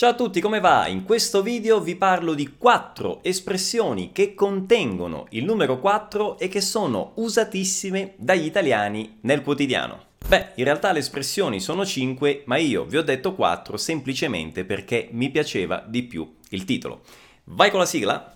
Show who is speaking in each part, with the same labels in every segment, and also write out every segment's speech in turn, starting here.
Speaker 1: Ciao a tutti, come va? In questo video vi parlo di 4 espressioni che contengono il numero 4 e che sono usatissime dagli italiani nel quotidiano. Beh, in realtà le espressioni sono 5, ma io vi ho detto 4 semplicemente perché mi piaceva di più il titolo. Vai con la sigla?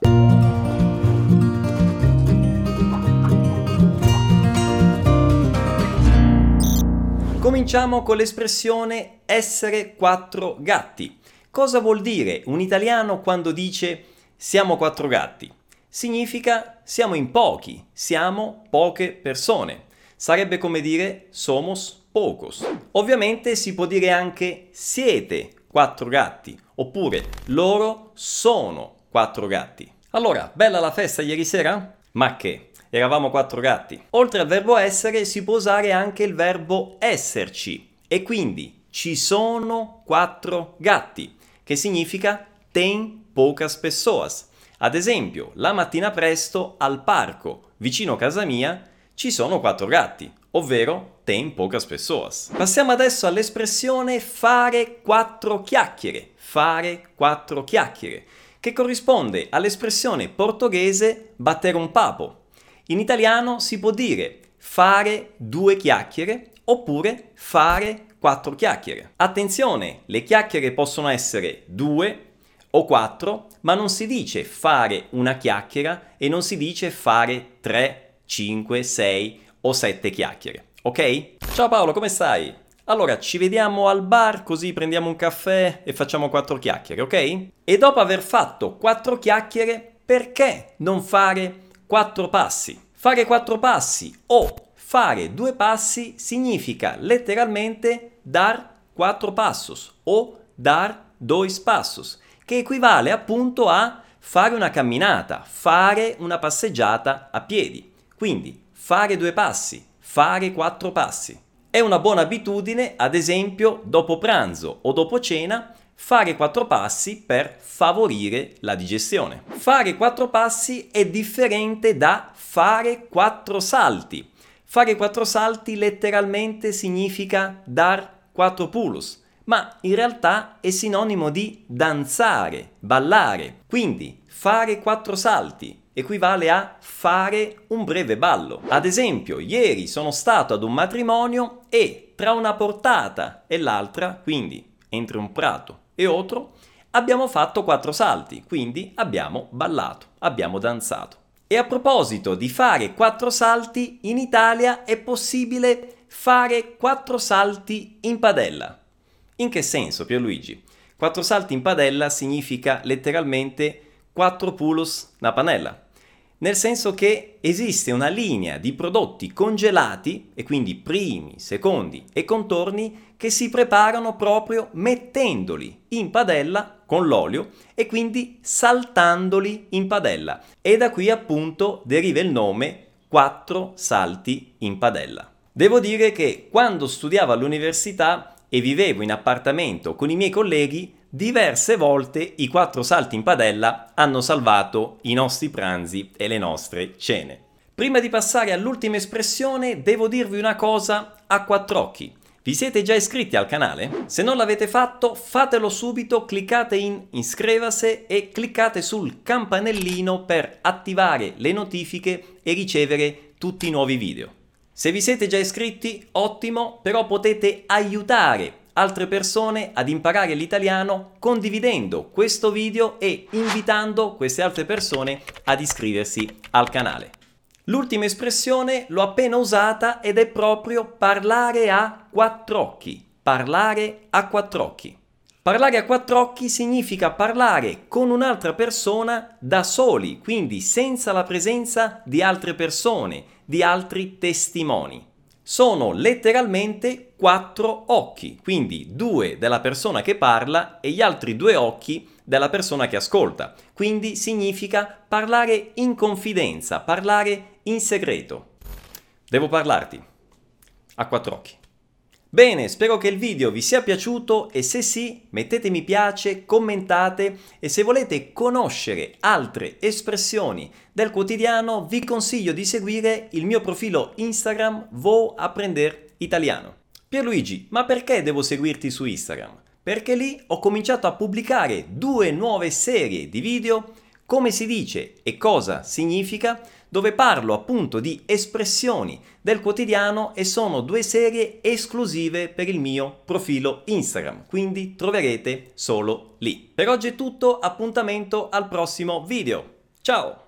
Speaker 1: Cominciamo con l'espressione essere 4 gatti. Cosa vuol dire un italiano quando dice siamo 4 gatti? Significa siamo in pochi, siamo poche persone. Sarebbe come dire somos pocos. Ovviamente si può dire anche siete 4 gatti, oppure loro sono 4 gatti. Allora, bella la festa ieri sera? Ma che? Eravamo 4 gatti. Oltre al verbo essere si può usare anche il verbo esserci e quindi ci sono 4 gatti, che significa ten pocas pessoas. Ad esempio, la mattina presto al parco vicino casa mia ci sono 4 gatti, ovvero ten pocas pessoas. Passiamo adesso all'espressione fare 4 chiacchiere. Fare 4 chiacchiere, che corrisponde all'espressione portoghese battere un papo. In italiano si può dire fare 2 chiacchiere oppure fare 4 chiacchiere. Attenzione, le chiacchiere possono essere 2 o 4, ma non si dice fare una chiacchiera e non si dice fare 3, 5, 6 o 7 chiacchiere, ok? Ciao Paolo, come stai? Allora, ci vediamo al bar così prendiamo un caffè e facciamo 4 chiacchiere, ok? E dopo aver fatto 4 chiacchiere, perché non fare 4 passi? Fare 4 passi o fare 2 passi significa letteralmente dar 4 passos o dar 2 passos, che equivale appunto a fare una camminata, fare una passeggiata a piedi. Quindi fare 2 passi, fare 4 passi. È una buona abitudine, ad esempio, dopo pranzo o dopo cena, fare 4 passi per favorire la digestione. Fare 4 passi è differente da fare 4 salti. Fare 4 salti letteralmente significa dar 4 pulos, ma in realtà è sinonimo di danzare, ballare. Quindi fare 4 salti equivale a fare un breve ballo. Ad esempio, ieri sono stato ad un matrimonio e tra una portata e l'altra, quindi entre un prato e otro, abbiamo fatto 4 salti, quindi abbiamo ballato, abbiamo danzato. E a proposito di fare 4 salti, in Italia è possibile fare 4 salti in padella. In che senso, Pierluigi? 4 salti in padella significa letteralmente 4 pulos na panella. Nel senso che esiste una linea di prodotti congelati, e quindi primi, secondi e contorni, che si preparano proprio mettendoli in padella con l'olio e quindi saltandoli in padella. E da qui appunto deriva il nome 4 salti in padella. Devo dire che quando studiavo all'università e vivevo in appartamento con i miei colleghi, diverse volte i 4 salti in padella hanno salvato i nostri pranzi e le nostre cene. Prima di passare all'ultima espressione, devo dirvi una cosa a 4 occhi. Vi siete già iscritti al canale? Se non l'avete fatto, fatelo subito, cliccate in iscriversi e cliccate sul campanellino per attivare le notifiche e ricevere tutti i nuovi video. Se vi siete già iscritti, ottimo, però potete aiutare altre persone ad imparare l'italiano condividendo questo video e invitando queste altre persone ad iscriversi al canale. L'ultima espressione l'ho appena usata ed è proprio parlare a 4 occhi. Parlare a 4 occhi. Parlare a 4 occhi significa parlare con un'altra persona da soli, quindi senza la presenza di altre persone, di altri testimoni. Sono letteralmente 4 occhi, quindi 2 della persona che parla e gli altri 2 occhi della persona che ascolta. Quindi significa parlare in confidenza, parlare in segreto. Devo parlarti a 4 occhi. Bene, spero che il video vi sia piaciuto e se sì, mettete mi piace, commentate e se volete conoscere altre espressioni del quotidiano vi consiglio di seguire il mio profilo Instagram Vou Aprender Italiano. Pierluigi, ma perché devo seguirti su Instagram? Perché lì ho cominciato a pubblicare 2 nuove serie di video, come si dice e cosa significa, dove parlo appunto di espressioni del quotidiano e sono 2 serie esclusive per il mio profilo Instagram, quindi troverete solo lì. Per oggi è tutto, appuntamento al prossimo video. Ciao!